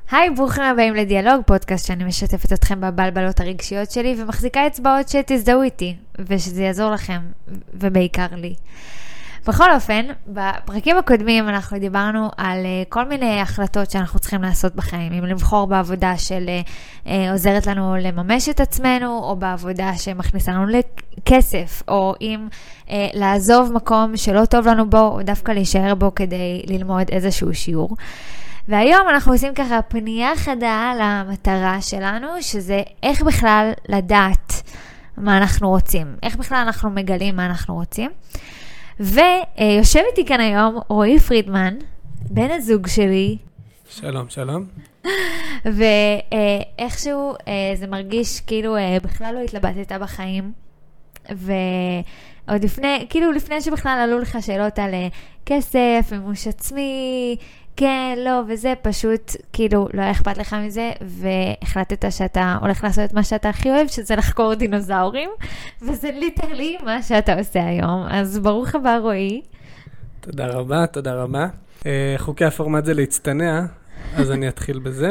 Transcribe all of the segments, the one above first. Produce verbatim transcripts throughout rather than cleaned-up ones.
היי, ברוכים הבאים לדיאלוג, פודקאסט שאני משתפת אתכם בבלבלות הרגשיות שלי ומחזיקה אצבעות שתזדהו איתי ושזה יעזור לכם ובעיקר לי. בכל אופן, בפרקים הקודמים אנחנו דיברנו על כל מיני החלטות שאנחנו צריכים לעשות בחיים, אם לבחור בעבודה של אה, עוזרת לנו לממש את עצמנו, או בעבודה שמכניסה לנו לכסף, או אם אה, לעזוב מקום שלא טוב לנו בו, או דווקא להישאר בו כדי ללמוד איזשהו שיעור. והיום אנחנו עושים ככה פנייה חדה למטרה שלנו, שזה איך בכלל לדעת מה אנחנו רוצים, איך בכלל אנחנו מגלים מה אנחנו רוצים. ויושב איתי כאן היום רועי פרידמן, בן הזוג שלי. שלום, שלום. ואיכשהו זה מרגיש כאילו בכלל לא התלבטת בחיים, ועוד לפני, כאילו לפני שבכלל עלו לך שאלות על כסף, מימוש עצמי, כן, לא, וזה פשוט, כאילו, לא היה אכפת לך מזה, והחלטת שאתה הולך לעשות את מה שאתה הכי אוהב, שזה לחקור דינוזאורים, וזה ליטרלי מה שאתה עושה היום. אז ברוך הבא, רועי. תודה רבה, תודה רבה. חוקי הפורמט זה להצטנע, אז אני אתחיל בזה,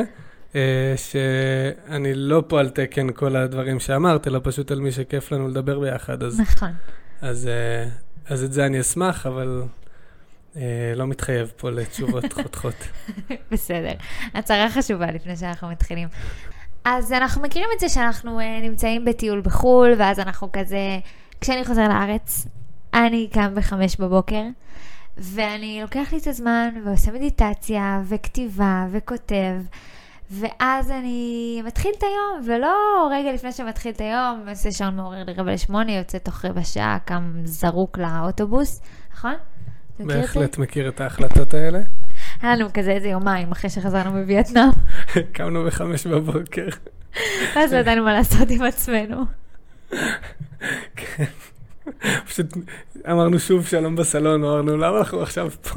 שאני לא פה על תקן כל הדברים שאמרת, אלא פשוט על מי שכיף לנו לדבר ביחד. אז, נכון. אז, אז את זה אני אשמח, אבל... לא מתחייב פה לתשובות חותכות. בסדר. הצהרה חשובה לפני שאנחנו מתחילים. אז אנחנו מכירים את זה שאנחנו נמצאים בטיול בחול, ואז אנחנו כזה, כשאני חוזר לארץ, אני קם בחמש בבוקר, ואני לוקח לי את הזמן, ועושה מדיטציה, וכתיבה, וכותב, ואז אני מתחיל את היום, ולא רגע לפני שמתחיל את היום, עושה שעון מעורר לרבע לשמונה, יוצא תוך רבע שעה, קם זרוק לאוטובוס, נכון? בהחלט מכיר את ההחלטות האלה. היה לנו כזה איזה יומיים אחרי שחזרנו מווייטנאם. קמנו בחמש בבוקר. אז לא ידענו מה לעשות עם עצמנו. כן. פשוט אמרנו שוב שלום בסלון, אמרנו למה אנחנו עכשיו פה?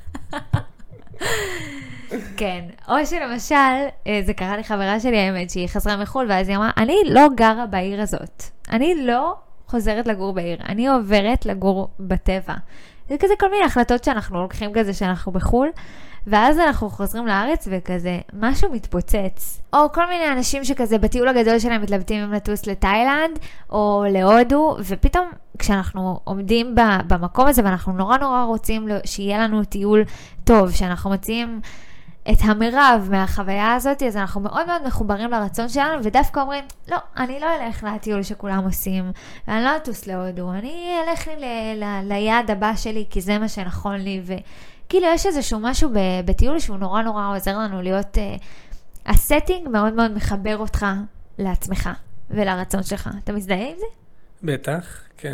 כן, או שלמשל, זה קרה לי חברה שלי האמת שהיא חזרה מחול, ואז היא אמרה, אני לא גרה בעיר הזאת. אני לא חוזרת לגור בעיר, אני עוברת לגור בטבע. זה כזה כל מיני החלטות שאנחנו לוקחים כזה שאנחנו בחול, ואז אנחנו חוזרים לארץ וכזה משהו מתפוצץ. או כל מיני אנשים שכזה בטיול הגדול שלהם מתלבטים אם לטוס לתאילנד או להודו, ופתאום כשאנחנו עומדים במקום הזה ואנחנו נורא נורא רוצים שיהיה לנו טיול טוב, שאנחנו מציעים את המרב מהחוויה הזאת, אז אנחנו מאוד מאוד מחוברים לרצון שלנו, ודווקא אומרים, לא, אני לא אלך לטיול שכולם עושים, ואני לא אטוס להודו, אני אלך לי ל- ל- ליעד הבא שלי, כי זה מה שנכון לי, וכאילו יש איזשהו משהו בטיול שהוא נורא נורא עוזר לנו להיות, uh, הסטינג מאוד מאוד מחבר אותך לעצמך ולרצון שלך. אתה מזדהה עם זה? בטח, כן.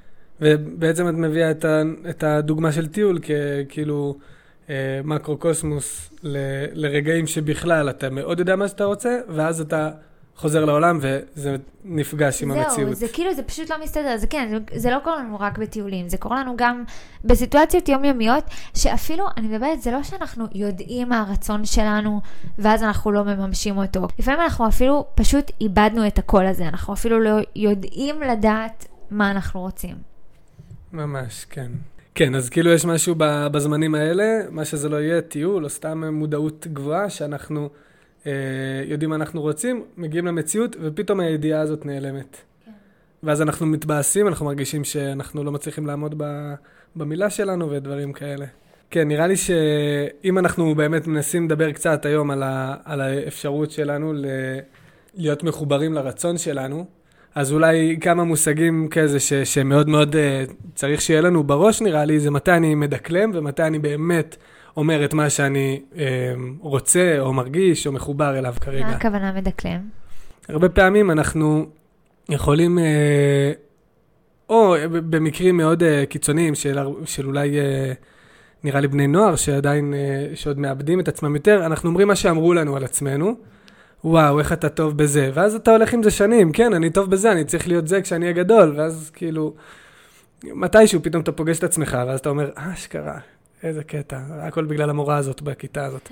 ובעצם את מביאה את, ה- את הדוגמה של טיול, כאילו... מקרוקוסמוס ל- לרגעים שבכלל אתה מאוד יודע מה שאתה רוצה, ואז אתה חוזר לעולם וזה נפגש עם המציאות. זהו, זה כאילו, זה פשוט לא מסתדר. זה כן, זה, זה לא קורה לנו רק בטיולים, זה קורה לנו גם בסיטואציות יומיומיות, שאפילו, אני מדברת, זה לא שאנחנו יודעים מה הרצון שלנו, ואז אנחנו לא מממשים אותו. לפעמים אנחנו אפילו פשוט איבדנו את הקול הזה, אנחנו אפילו לא יודעים לדעת מה אנחנו רוצים. ממש, כן. כן, אז כאילו יש משהו בזמנים האלה, מה שזה לא יהיה טיול, או סתם מודעות גבוהה, שאנחנו אה, יודעים מה אנחנו רוצים, מגיעים למציאות, ופתאום הידיעה הזאת נעלמת. כן. ואז אנחנו מתבאסים, אנחנו מרגישים שאנחנו לא מצליחים לעמוד ב, במילה שלנו, ודברים כאלה. כן, נראה לי שאם אנחנו באמת מנסים לדבר קצת היום על, ה, על האפשרות שלנו ל, להיות מחוברים לרצון שלנו, אז אולי כמה מושגים כזה ש, שמאוד מאוד uh, צריך שיהיה לנו בראש, נראה לי, זה מתי אני מדקלם ומתי אני באמת אומר את מה שאני uh, רוצה או מרגיש או מחובר אליו כרגע. מה הכוונה מדקלם? הרבה פעמים אנחנו יכולים, uh, או במקרים מאוד uh, קיצוניים של, של אולי uh, נראה לי בני נוער שעדיין, uh, שעוד מאבדים את עצמם יותר, אנחנו אומרים מה שאמרו לנו על עצמנו, וואו, איך אתה טוב בזה. ואז אתה הולך עם זה שנים, כן, אני טוב בזה, אני צריך להיות זה כשאני אהיה גדול. ואז כאילו, מתישהו פתאום אתה פוגש את עצמך, ואז אתה אומר, אה, שקרה, איזה קטע. הכל בגלל המורה הזאת בכיתה הזאת.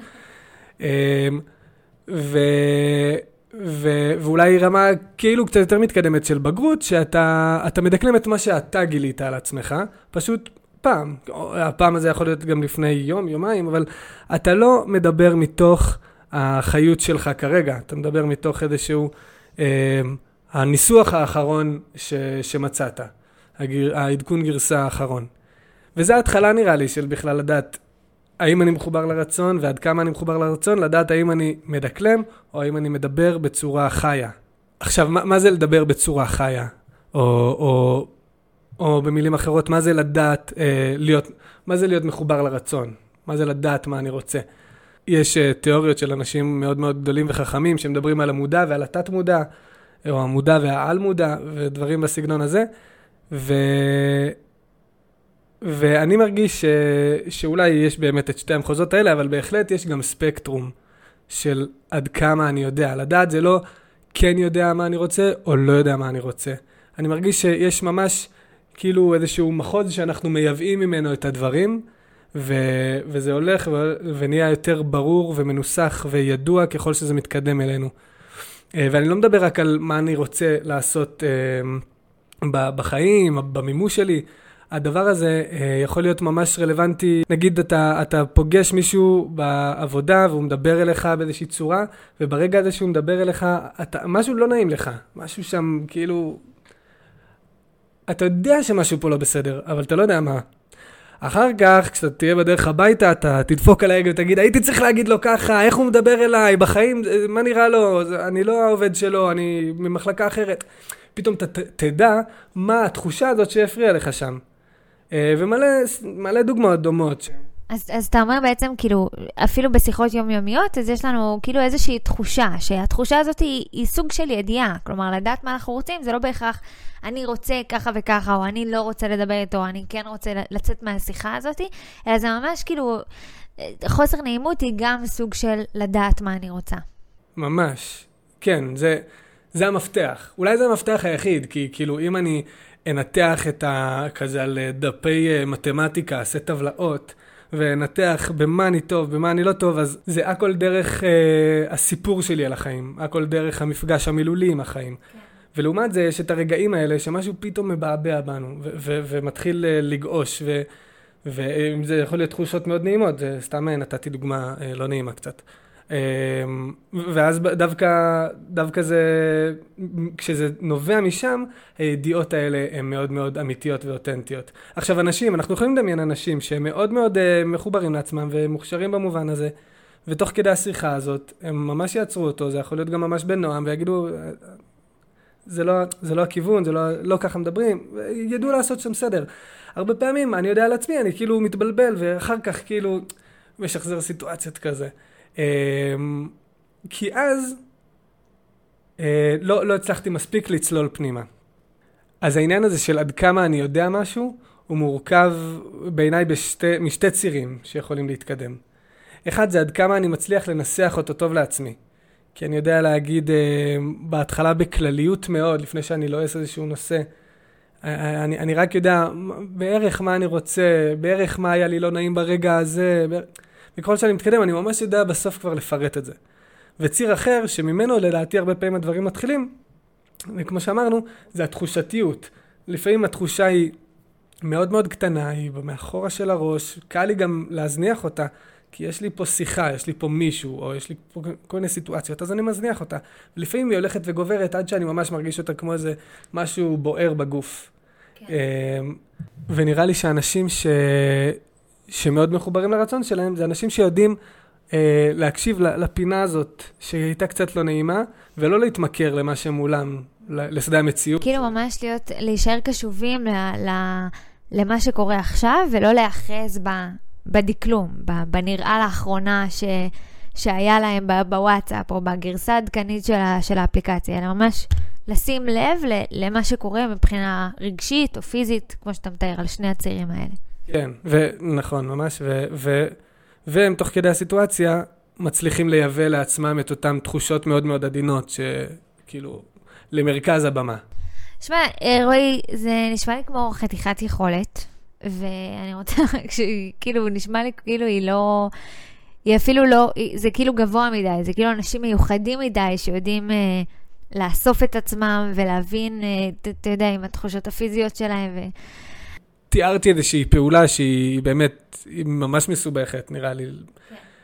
ו... ו... ואולי רמה כאילו קצת יותר מתקדמת של בגרות, שאתה אתה מדקלם את מה שאתה גילית על עצמך, פשוט פעם. הפעם הזה יכול להיות גם לפני יום, יומיים, אבל אתה לא מדבר מתוך החיות שלך כרגע. אתה מדבר מתוך איזשהו, אה, הניסוח האחרון ש, שמצאת, הגיר, העדכון גרסה האחרון. וזה ההתחלה נראה לי של בכלל לדעת האם אני מחובר לרצון ועד כמה אני מחובר לרצון, לדעת האם אני מדקלם או האם אני מדבר בצורה חיה. עכשיו, מה, מה זה לדבר בצורה חיה? או, או, או במילים אחרות, מה זה לדעת אה, להיות, מה זה להיות מחובר לרצון? מה זה לדעת מה אני רוצה? יש אה, תיאוריות של אנשים מאוד מאוד גדולים וחכמים שמדברים על המודע ועל התת מודע, או המודע והעל מודע, ודברים בסגנון הזה. ו... ואני מרגיש ש... שאולי יש באמת את שתי המחוזות האלה, אבל בהחלט יש גם ספקטרום של עד כמה אני יודע. לדעת זה לא כן יודע מה אני רוצה, או לא יודע מה אני רוצה. אני מרגיש שיש ממש כאילו איזשהו מחוז שאנחנו מייבאים ממנו את הדברים, ו... וזה הולך ו... ונהיה יותר ברור ומנוסח וידוע ככל שזה מתקדם אלינו. ואני לא מדבר רק על מה אני רוצה לעשות בחיים, במימוש שלי. הדבר הזה יכול להיות ממש רלוונטי. נגיד אתה, אתה פוגש מישהו בעבודה והוא מדבר אליך באיזושהי צורה, וברגע הזה שהוא מדבר אליך, אתה, משהו לא נעים לך. משהו שם כאילו... אתה יודע שמשהו פה לא בסדר, אבל אתה לא יודע מה. אחר כך, כשאתה תהיה בדרך הביתה, אתה תדפוק על ההגה ותגיד, הייתי צריך להגיד לו ככה, איך הוא מדבר אליי, בחיים, מה נראה לו, אני לא העובד שלו, אני ממחלקה אחרת. פתאום אתה תדע מה התחושה הזאת שהפריעה לך שם. ומלא מלא דוגמאות דומות. אז, אז אתה אומר בעצם, כאילו, אפילו בשיחות יומיומיות, אז יש לנו כאילו איזושהי תחושה, שהתחושה הזאת היא, היא סוג של ידיעה. כלומר, לדעת מה אנחנו רוצים, זה לא בהכרח, אני רוצה ככה וככה, או אני לא רוצה לדבר איתו, או אני כן רוצה לצאת מהשיחה הזאת, אלא זה ממש כאילו, חוסר נעימות היא גם סוג של לדעת מה אני רוצה. ממש. כן, זה, זה המפתח. אולי זה המפתח היחיד, כי כאילו, אם אני אנתח את ה... כזה על דפי מתמטיקה, עשה טבלאות, ונתח במה אני טוב, במה אני לא טוב, אז זה הכל דרך אה, הסיפור שלי על החיים, הכל דרך המפגש המילולי עם החיים. כן. ולעומת זה יש את הרגעים האלה שמשהו פתאום מבעבע בנו, ו- ו- ומתחיל אה, לגעוש, ו- ואם זה יכול להיות תחושות מאוד נעימות, זה סתם נתתי דוגמה אה, לא נעימה קצת. אה, ואז דווקא, דווקא זה, כשזה נובע משם, הידיעות האלה הן מאוד מאוד אמיתיות ואותנטיות. עכשיו אנשים, אנחנו יכולים לדמיין אנשים שהם מאוד מאוד מחוברים לעצמם ומוכשרים במובן הזה, ותוך כדי השיחה הזאת, הם ממש יעצרו אותו, זה יכול להיות גם ממש בנועם, ויגידו, זה לא, זה לא הכיוון, זה לא, לא ככה מדברים, ידעו לעשות שם סדר. הרבה פעמים, אני יודע על עצמי, אני כאילו מתבלבל, ואחר כך כאילו משחזר סיטואציות כזה. כי אז לא, לא הצלחתי מספיק לצלול פנימה. אז העניין הזה של עד כמה אני יודע משהו, הוא מורכב בעיניי בשתי, משתי צירים שיכולים להתקדם. אחד זה עד כמה אני מצליח לנסח אותו טוב לעצמי. כי אני יודע להגיד בהתחלה בכלליות מאוד, לפני שאני לא אעשה איזשהו נושא, אני, אני רק יודע בערך מה אני רוצה, בערך מה היה לי לא נעים ברגע הזה, בערך... וככל שאני מתקדם, אני ממש יודע בסוף כבר לפרט את זה. וציר אחר, שממנו לדעתי הרבה פעמים הדברים מתחילים, וכמו שאמרנו, זה התחושתיות. לפעמים התחושה היא מאוד מאוד קטנה, היא מאחורה של הראש, קל לי גם להזניח אותה, כי יש לי פה שיחה, יש לי פה מישהו, או יש לי פה כל מיני סיטואציות, אז אני מזניח אותה. ולפעמים היא הולכת וגוברת עד שאני ממש מרגיש אותה כמו איזה משהו בוער בגוף. כן. ונראה לי שאנשים ש... שמאוד מחוברים לרצון שלהם, זה אנשים שיודעים אה, להקשיב לפינה הזאת, שהייתה קצת לא נעימה, ולא להתמכר למה שמולם, לשדה המציאות. כאילו ממש להיות, להישאר קשובים ל, ל, למה שקורה עכשיו, ולא להאחז ב, בדקלום, ב, בנראה לאחרונה ש, שהיה להם בוואטסאפ, או בגרסה עדכנית של, של האפליקציה, אלא ממש לשים לב למה שקורה מבחינה רגשית או פיזית, כמו שאתה מתאר על שני הצירים האלה. כן, ונכון, ממש, ו, ו, והם תוך כדי הסיטואציה מצליחים לייבא לעצמם את אותן תחושות מאוד מאוד עדינות, שכאילו, למרכז הבמה. שמע, רועי, זה נשמע לי כמו חתיכת יכולת, ואני רוצה, כאילו, נשמע לי כאילו היא לא, היא אפילו לא, זה כאילו גבוה מדי, זה כאילו אנשים מיוחדים מדי שיודעים אה, לאסוף את עצמם ולהבין, אה, אתה יודע, עם התחושות הפיזיות שלהם ו... תיארתי איזושהי פעולה שהיא באמת, היא ממש מסובכת, נראה לי.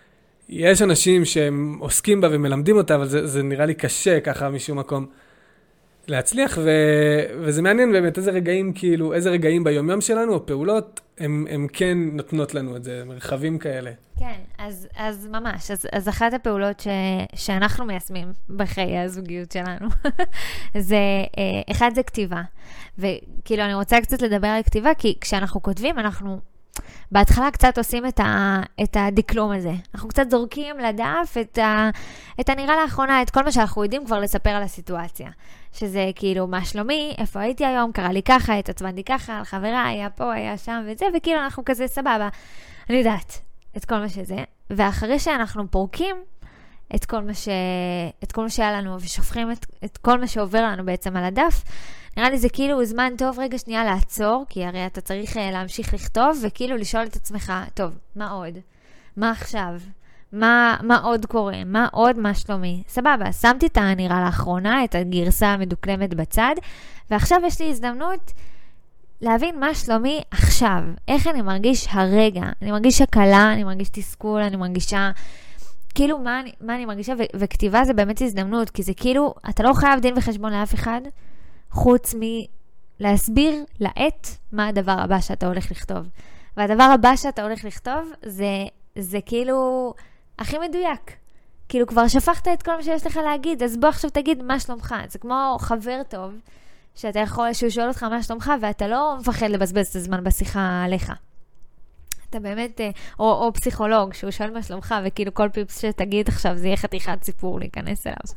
יש אנשים שהם עוסקים בה ומלמדים אותה, אבל זה, זה נראה לי קשה ככה משום מקום להצליח, ו, וזה מעניין באמת איזה רגעים, כאילו, איזה רגעים ביומיום שלנו, או פעולות, הם, הם כן נותנות לנו את זה, מרחבים כאלה. כן, אז, אז ממש, אז, אז אחת הפעולות ש, שאנחנו מיישמים בחיי הזוגיות שלנו, זה, אחד זה כתיבה, וכאילו אני רוצה קצת לדבר על כתיבה, כי כשאנחנו כותבים, אנחנו בהתחלה קצת עושים את, ה, את הדקלום הזה. אנחנו קצת זורקים לדף את, ה, את הנראה לאחרונה, את כל מה שאנחנו יודעים כבר לספר על הסיטואציה. שזה כאילו, מה שלומי, איפה הייתי היום, קרה לי ככה, התעצבנתי ככה, על חברה, היה פה, היה שם וזה, וכאילו אנחנו כזה סבבה. אני יודעת את כל מה שזה. ואחרי שאנחנו פורקים את כל מה, ש, את כל מה שהיה לנו, ושופכים את, את כל מה שעובר לנו בעצם על הדף, נראה לי זה כאילו זמן טוב רגע שנייה לעצור, כי הרי אתה צריך להמשיך לכתוב, וכאילו לשאול את עצמך, טוב, מה עוד? מה עכשיו? מה, מה עוד קורה? מה עוד? מה שלומי? סבבה, שמתי את הנראה לאחרונה, את הגרסה המדוקלמת בצד, ועכשיו יש לי הזדמנות להבין מה שלומי עכשיו. איך אני מרגיש הרגע? אני מרגיש הקלה, אני מרגיש תסכול, אני מרגישה כאילו מה אני, מה אני מרגישה, ו- וכתיבה זה באמת הזדמנות, כי זה כאילו, אתה לא חייב דין וחשבון לאף אחד, חוץ מלהסביר לעת מה הדבר הבא שאתה הולך לכתוב. והדבר הבא שאתה הולך לכתוב זה, זה כאילו הכי מדויק. כאילו כבר שפכת את כל מה שיש לך להגיד, אז בוא עכשיו תגיד מה שלומך. זה כמו חבר טוב, שאתה יכול, שהוא שואל אותך מה שלומך, ואתה לא מפחד לבזבז את הזמן בשיחה עליך. אתה באמת, או, או פסיכולוג, שהוא שואל מה שלומך, וכאילו כל פיפס שתגיד עכשיו, זה יהיה חתיכת סיפור להיכנס אליו.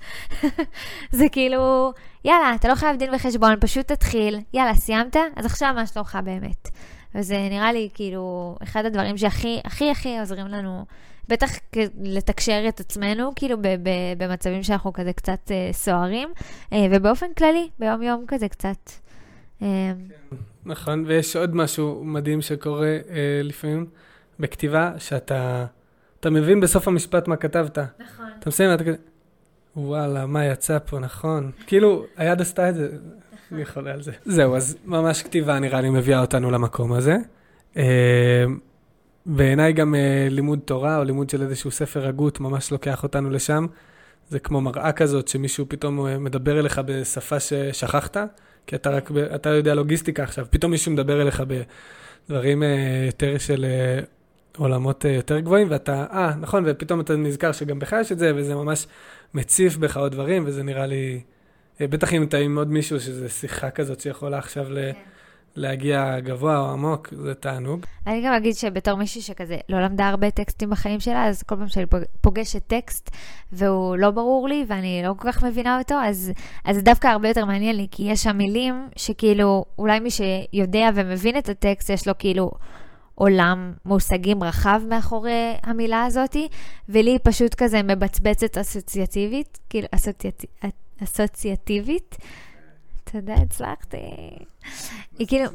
זה כאילו, יאללה, אתה לא חייב דין וחשבון, פשוט תתחיל, יאללה, סיימת? אז עכשיו מה שלומך באמת. וזה נראה לי כאילו, אחד הדברים שהכי, הכי, הכי עוזרים לנו, בטח לתקשר את עצמנו, כאילו ב- ב- במצבים שאנחנו כזה קצת אה, סוערים, אה, ובאופן כללי, ביום יום כזה קצת. אה, נכון, ויש עוד משהו מדהים שקורה אה, לפעמים בכתיבה, שאתה אתה מבין בסוף המשפט מה כתבת. נכון. אתה מסיים, אתה כזה, וואלה, מה יצא פה, נכון. כאילו, היד עשתה את זה, אני יכולה על זה. זהו, אז ממש כתיבה נראה לי מביאה אותנו למקום הזה. אה, בעיניי גם אה, לימוד תורה, או לימוד של איזשהו ספר הגות, ממש לוקח אותנו לשם. זה כמו מראה כזאת, שמישהו פתאום מדבר אליך בשפה ששכחת, כי אתה רק, אתה יודע לוגיסטיקה עכשיו, פתאום מישהו מדבר אליך בדברים אה, יותר של אה, עולמות אה, יותר גבוהים, ואתה, אה, נכון, ופתאום אתה נזכר שגם בך יש את זה, וזה ממש מציף בך עוד דברים, וזה נראה לי, אה, בטח אם אתה עם עוד מישהו, שזה שיחה כזאת שיכולה עכשיו ל... להגיע גבוה או עמוק, זה תענוג. אני גם אגיד שבתור מישהי שכזה לא למדה הרבה טקסטים בחיים שלה, אז כל פעם שאני פוגשת טקסט, והוא לא ברור לי, ואני לא כל כך מבינה אותו, אז, אז זה דווקא הרבה יותר מעניין לי, כי יש שם מילים שכאילו, אולי מי שיודע ומבין את הטקסט, יש לו כאילו עולם מושגים רחב מאחורי המילה הזאת, ולי פשוט כזה מבצבצת אסוציאטיבית, כאילו אסוציאטיב, אסוציאטיבית, אתה יודע, הצלחתי. היא כאילו...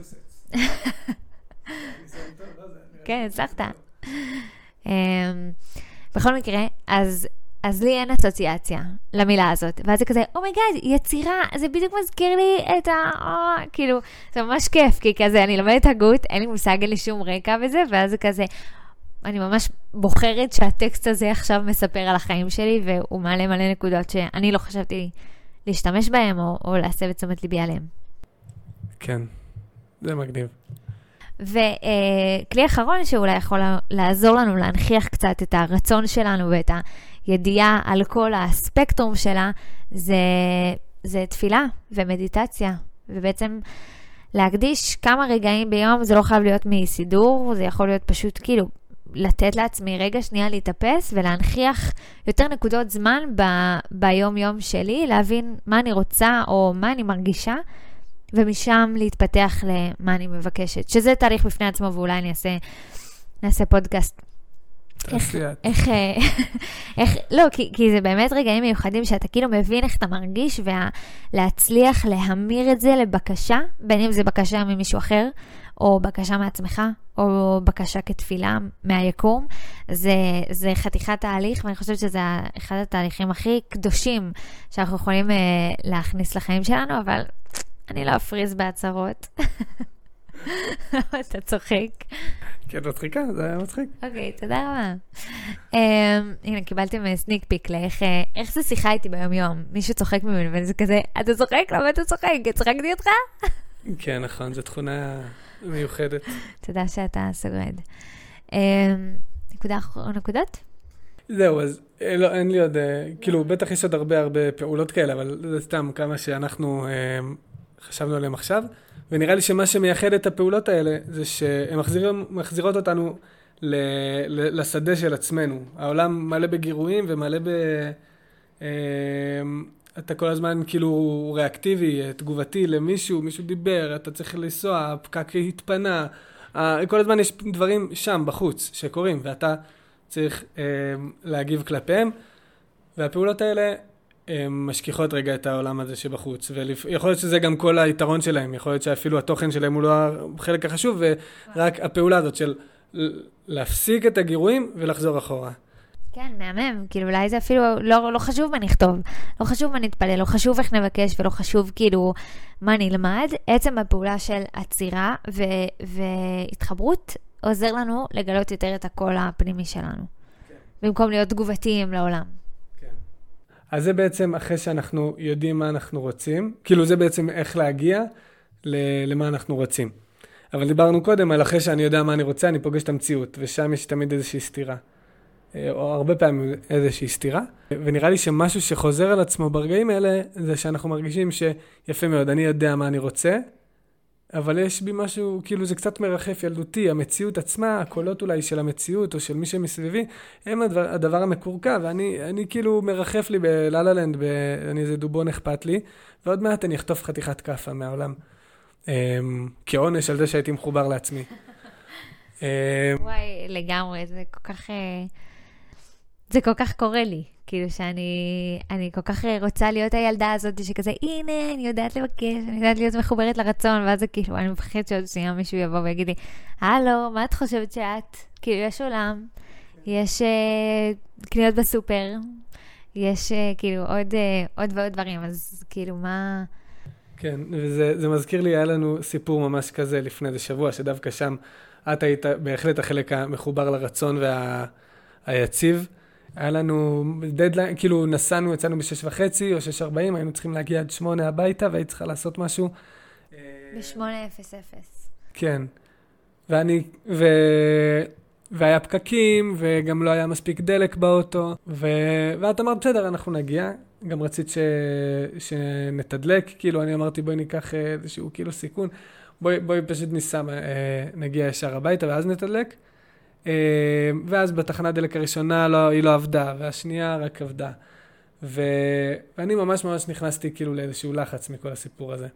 כן, הצלחת. בכל מקרה, אז לי אין אסוציאציה למילה הזאת. ואז זה כזה, אומייגאד, יצירה, זה בדיוק מזכיר לי את ה... כאילו, זה ממש כיף, כי כזה, אני לומדת הגות, אין לי מושג, אין לי שום רקע בזה, ואז זה כזה... אני ממש בוחרת שהטקסט הזה עכשיו מספר על החיים שלי, והוא מעלה מלא נקודות שאני לא חשבתי להשתמש בהם, או, או להסב את תשומת ליבי עליהם. כן, זה מגניב. וכלי אחרון שאולי יכול לעזור לנו להנכיח קצת את הרצון שלנו, ואת הידיעה על כל הספקטרום שלה, זה, זה תפילה ומדיטציה. ובעצם להקדיש כמה רגעים ביום, זה לא חייב להיות מסידור, זה יכול להיות פשוט כאילו, לתת לעצמי רגע שנייה להתאפס ולהנכיח יותר נקודות זמן ב- ביום יום שלי, להבין מה אני רוצה או מה אני מרגישה, ומשם להתפתח למה אני מבקשת. שזה תהליך בפני עצמו, ואולי אני אעשה, נעשה פודקאסט. איך, איך, איך, לא, כי, כי זה באמת רגעים מיוחדים שאתה כאילו מבין איך אתה מרגיש, ולהצליח להמיר את זה לבקשה, בין אם זה בקשה ממישהו אחר, או בקשה מעצמך, או בקשה כתפילה מהיקום, זה, זה חתיכת תהליך, ואני חושבת שזה אחד התהליכים הכי קדושים שאנחנו יכולים uh, להכניס לחיים שלנו, אבל אני לא אפריז בהצהרות. אתה צוחק. כן, מצחיקה, זה היה מצחיק. אוקיי, תודה רבה. הנה, קיבלתם סניק פיק לאיך איך זה שיחה איתי ביום יום. מישהו צוחק ממנו, וזה כזה, אתה צוחק? למה אתה צוחק? צחקתי אותך? כן, נכון, זו תכונה מיוחדת. תודה שאתה סוגרד. נקודה נקודות? זהו, אז לא, אין לי עוד, כאילו, בטח יש עוד הרבה הרבה פעולות כאלה, אבל זה סתם כמה שאנחנו חשבנו עליהם עכשיו. ונראה לי שמה שמייחד את הפעולות האלה, זה שהן מחזירים, מחזירות אותנו ל, ל, לשדה של עצמנו. העולם מלא בגירויים ומלא ב... אה, אתה כל הזמן כאילו ריאקטיבי, תגובתי למישהו, מישהו דיבר, אתה צריך לנסוע, הפקק התפנה. אה, כל הזמן יש דברים שם, בחוץ, שקורים, ואתה צריך אה, להגיב כלפיהם. והפעולות האלה... משכיחות רגע את העולם הזה שבחוץ, ויכול להיות שזה גם כל היתרון שלהם, יכול להיות שאפילו התוכן שלהם הוא לא החלק החשוב, ורק הפעולה הזאת של להפסיק את הגירויים ולחזור אחורה. כן, מהמם, כאילו אולי זה אפילו לא, לא חשוב מה נכתוב, לא חשוב מה נתפלל, לא חשוב איך נבקש, ולא חשוב כאילו מה נלמד, עצם הפעולה של עצירה ו- והתחברות עוזר לנו לגלות יותר את הקול הפנימי שלנו, כן. במקום להיות תגובתיים לעולם. אז זה בעצם אחרי שאנחנו יודעים מה אנחנו רוצים, כאילו זה בעצם איך להגיע למה אנחנו רוצים. אבל דיברנו קודם על אחרי שאני יודע מה אני רוצה, אני פוגש את המציאות, ושם יש תמיד איזושהי סתירה. או הרבה פעמים איזושהי סתירה. ונראה לי שמשהו שחוזר על עצמו ברגעים האלה, זה שאנחנו מרגישים שיפה מאוד, אני יודע מה אני רוצה, אבל יש בי משהו, כאילו זה קצת מרחף ילדותי, המציאות עצמה, הקולות אולי של המציאות או של מי שמסביבי, הם הדבר, הדבר המקורקע, ואני אני כאילו מרחף לי בללה-לנד, אני איזה דובון אכפת לי, ועוד מעט אני אחטוף חתיכת קפה מהעולם. כעונש על זה שהייתי מחובר לעצמי. וואי, לגמרי, זה כל כך... זה כל כך קורה לי, כאילו שאני אני כל כך רוצה להיות הילדה הזאת שכזה, הנה, אני יודעת לבקש, אני יודעת להיות מחוברת לרצון, ואז זה כאילו, אני מפחדת שעוד שנייה מישהו יבוא ויגיד לי, הלו, מה את חושבת שאת? כאילו, יש עולם, יש uh, קניות בסופר, יש uh, כאילו עוד, uh, עוד ועוד דברים, אז כאילו, מה... כן, וזה זה מזכיר לי, היה לנו סיפור ממש כזה לפני איזה שבוע, שדווקא שם את היית בהחלט החלק המחובר לרצון והיציב, היה לנו דדליין, כאילו נסענו, יצאנו בשש וחצי או שש ארבעים, היינו צריכים להגיע עד שמונה הביתה, והיית צריכה לעשות משהו. בשמונה אפס אפס. כן. ואני, ו... והיה פקקים, וגם לא היה מספיק דלק באוטו, ו... ואת אמרת, בסדר, אנחנו נגיע. גם רצית ש... שנתדלק, כאילו אני אמרתי, בואי ניקח איזשהו כאילו סיכון, בואי, בואי פשוט ניסע, נגיע ישר הביתה, ואז נתדלק. ואז בתחנת דלק הראשונה לא, היא לא עבדה, והשנייה רק עבדה. ו... ואני ממש ממש נכנסתי כאילו לאיזשהו לחץ מכל הסיפור הזה.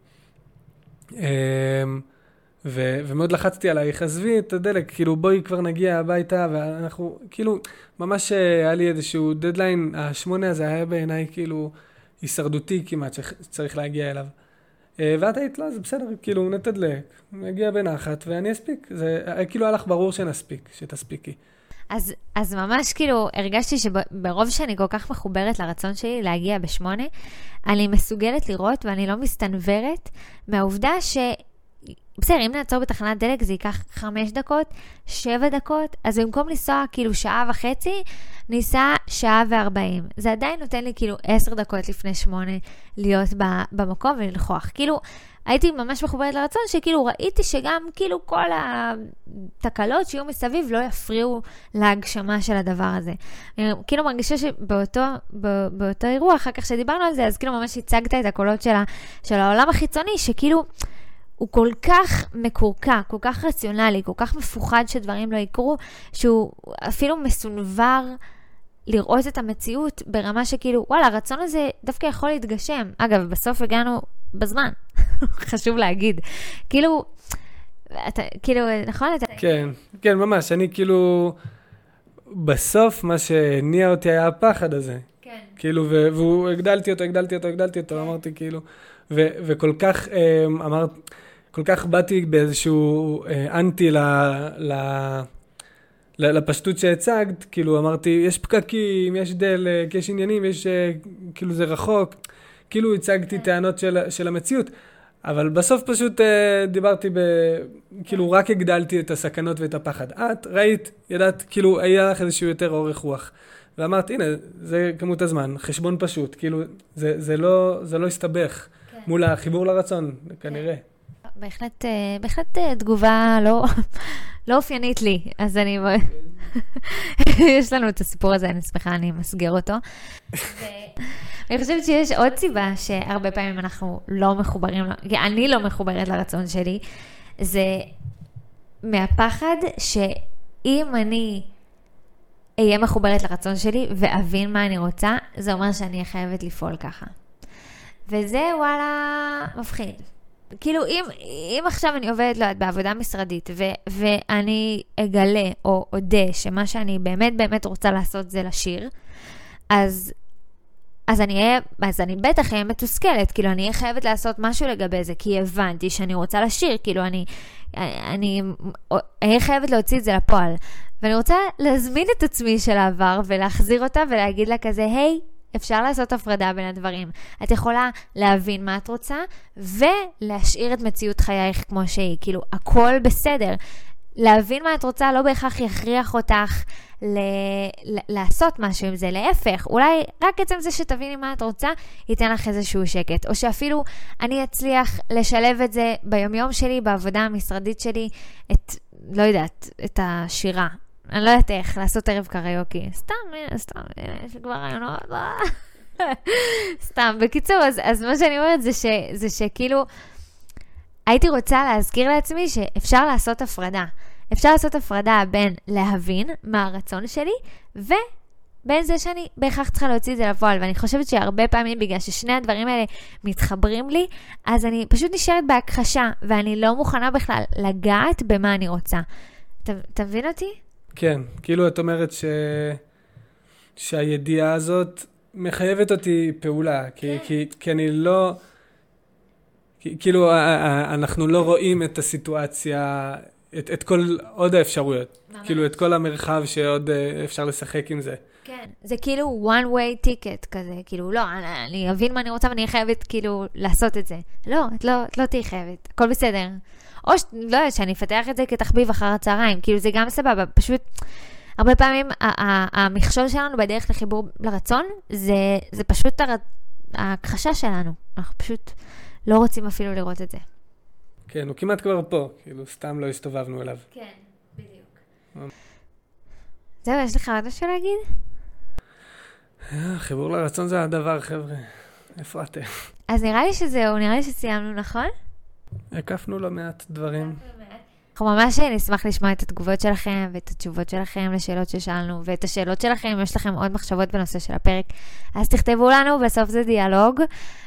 ו... ומאוד לחצתי עלייך, עזבי את הדלק, כאילו בואי כבר נגיע הביתה, ואנחנו כאילו, ממש היה לי איזשהו דדליין, השמונה הזה היה בעיניי כאילו הישרדותי כמעט שצריך להגיע אליו. ואת היית, לא, זה בסדר, כאילו נתדלק, נגיע בנחת ואני אספיק. זה כאילו הלך ברור שנספיק, שתספיקי. אז, אז ממש כאילו הרגשתי שברוב שאני כל כך מחוברת לרצון שלי להגיע בשמונה, אני מסוגלת לראות ואני לא מסתנוורת מהעובדה ש... בסדר, אם נעצור בתחנת דלק זה ייקח חמש דקות, שבע דקות, אז במקום לנסוע כאילו שעה וחצי, ניסע שעה וארבעים. זה עדיין נותן לי כאילו עשר דקות לפני שמונה להיות במקום וללכוח. כאילו, הייתי ממש מחוברת לרצון שכאילו ראיתי שגם כאילו כל התקלות שיהיו מסביב לא יפריעו להגשמה של הדבר הזה. כאילו מרגישה שבאותו באותו אירוע, אחר כך שדיברנו על זה, אז כאילו ממש הצגת את הקולות של, ה, של העולם החיצוני, שכאילו... הוא כל כך מקורקע, כל כך רציונלי, כל כך מפוחד שדברים לא יקרו, שהוא אפילו מסונבר לראות את המציאות ברמה שכאילו, וואלה, הרצון הזה דווקא יכול להתגשם. אגב, בסוף הגענו בזמן, חשוב להגיד. כאילו, אתה, כאילו, נכון? אתה... כן, כן, ממש. אני כאילו, בסוף מה שהניע אותי היה הפחד הזה. כן. כאילו, והוא, הגדלתי אותו, הגדלתי אותו, הגדלתי אותו, אמרתי כאילו, ו, וכל כך, אמרת, כל כך באתי באיזשהו אנטי ל, ל, לפשטות שהצגת, כאילו אמרתי, יש פקקים, יש דלק, יש עניינים, יש, כאילו זה רחוק, כאילו הצגתי טענות של, של המציאות, אבל בסוף פשוט אה, דיברתי ב... כאילו, רק הגדלתי את הסכנות ואת הפחד. את ראית, ידעת, כאילו, היה לך איזשהו יותר אורך רוח. ואמרת, הנה, זה כמות הזמן, חשבון פשוט, כאילו, זה, זה לא, זה לא הסתבך כן. מול החיבור לרצון, כנראה. בהחלט, בהחלט תגובה לא, לא אופיינית לי, אז אני... יש לנו את הסיפור הזה, אני שמחה, אני מסגר אותו. אני חושבת שיש עוד סיבה שהרבה פעמים אנחנו לא מחוברים, כי אני לא מחוברת לרצון שלי, זה מהפחד שאם אני אהיה מחוברת לרצון שלי ואבין מה אני רוצה, זה אומר שאני אהיה חייבת לפעול ככה. וזה וואלה מפחיד. כאילו אם, אם עכשיו אני עובדת לא, בעבודה משרדית ו, ואני אגלה או אודה שמה שאני באמת באמת רוצה לעשות זה לשיר, אז אז אני, אהיה, אז אני בטח אהיה מתוסכלת, כאילו אני אהיה חייבת לעשות משהו לגבי זה, כי הבנתי שאני רוצה לשיר, כאילו אני, אני אהיה חייבת להוציא את זה לפועל. ואני רוצה להזמין את עצמי של העבר ולהחזיר אותה ולהגיד לה כזה, היי, אפשר לעשות הפרדה בין הדברים. את יכולה להבין מה את רוצה ולהשאיר את מציאות חייך כמו שהיא, כאילו הכל בסדר. להבין מה את רוצה לא בהכרח יכריח אותך ל- ל- לעשות משהו עם זה, להפך, אולי רק עצם זה שתביני מה את רוצה, ייתן לך איזשהו שקט, או שאפילו אני אצליח לשלב את זה ביומיום שלי, בעבודה המשרדית שלי, את, לא יודעת, את השירה. אני לא יודעת איך, לעשות ערב קריוקי. סתם, סתם, יש לי כבר רעיונות. סתם, בקיצור, אז, אז מה שאני אומרת זה, ש, זה שכאילו, הייתי רוצה להזכיר לעצמי שאפשר לעשות הפרדה. אפשר לעשות הפרדה בין להבין מה הרצון שלי, ובין זה שאני בהכרח צריכה להוציא את זה לפועל. ואני חושבת שהרבה פעמים, בגלל ששני הדברים האלה מתחברים לי, אז אני פשוט נשארת בהכחשה, ואני לא מוכנה בכלל לגעת במה אני רוצה. ת, תבין אותי? כן, כאילו את אומרת ש... שהידיעה הזאת מחייבת אותי פעולה, כי, כי, כי אני לא... כאילו, אנחנו לא רואים את הסיטואציה, את, את כל עוד האפשרויות. ממש. כאילו, את כל המרחב שעוד אפשר לשחק עם זה. כן, זה כאילו one way ticket כזה, כאילו, לא, אני, אני אבין מה אני רוצה ואני חייבת כאילו לעשות את זה. לא, את לא, את לא תהי חייבת, הכל בסדר. או ש, לא יודעת, שאני אפתח את זה כתחביב אחר הצהריים, כאילו זה גם סבבה, פשוט, הרבה פעמים המכשול שלנו בדרך לחיבור לרצון, זה, זה פשוט ההכחשה שלנו. אנחנו פשוט לא רוצים אפילו לראות את זה. כן, הוא כמעט כבר פה, כאילו סתם לא הסתובבנו אליו. כן, בדיוק. זהו, יש לך עוד משהו להגיד? חיבור לרצון זה הדבר, חבר'ה. איפה אתם? אז נראה לי שזהו, נראה לי שסיימנו, נכון? הקפנו לא מעט דברים. אנחנו ממש נשמח לשמוע את התגובות שלכם ואת התשובות שלכם לשאלות ששאלנו, ואת השאלות שלכם, אם יש לכם עוד מחשבות בנושא של הפרק, אז תכתבו לנו, בסוף זה דיאלוג,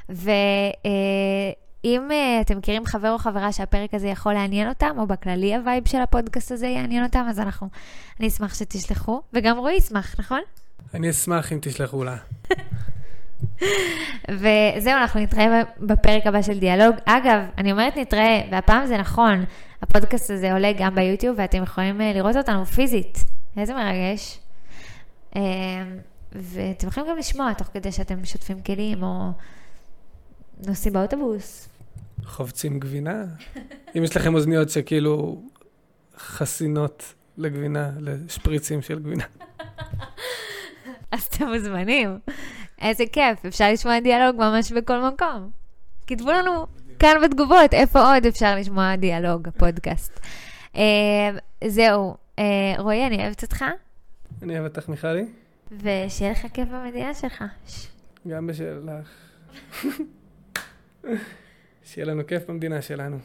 ואם אתם מכירים חבר או חברה שהפרק הזה יכול לעניין אותם, או בכללי הווייב של הפודקאסט הזה יעניין אותם, אז אנחנו, אני אשמח שתשלחו, וגם רועי ישמח, נכון? אני אשמח אם תשלחו לה. וזהו, אנחנו נתראה בפרק הבא של דיאלוג. אגב, אני אומרת נתראה, והפעם זה נכון, הפודקאסט הזה עולה גם ביוטיוב, ואתם יכולים לראות אותנו פיזית. איזה מרגש. ואתם יכולים גם לשמוע, תוך כדי שאתם משתפים כלים, או נוסעים באוטובוס. חובצים גבינה. אם יש לכם אוזניות שכאילו חסינות לגבינה, לשפריצים של גבינה. אז אתם מוזמנים. איזה כיף, אפשר לשמוע דיאלוג ממש בכל מקום. כתבו לנו כאן בתגובות, איפה עוד אפשר לשמוע דיאלוג, הפודקאסט. זהו, רועי, אני אוהבת אותך. אני אוהבת אותך, מיכלי. ושיהיה לך כיף במדינה שלך. גם בשלך. שיהיה לנו כיף במדינה שלנו.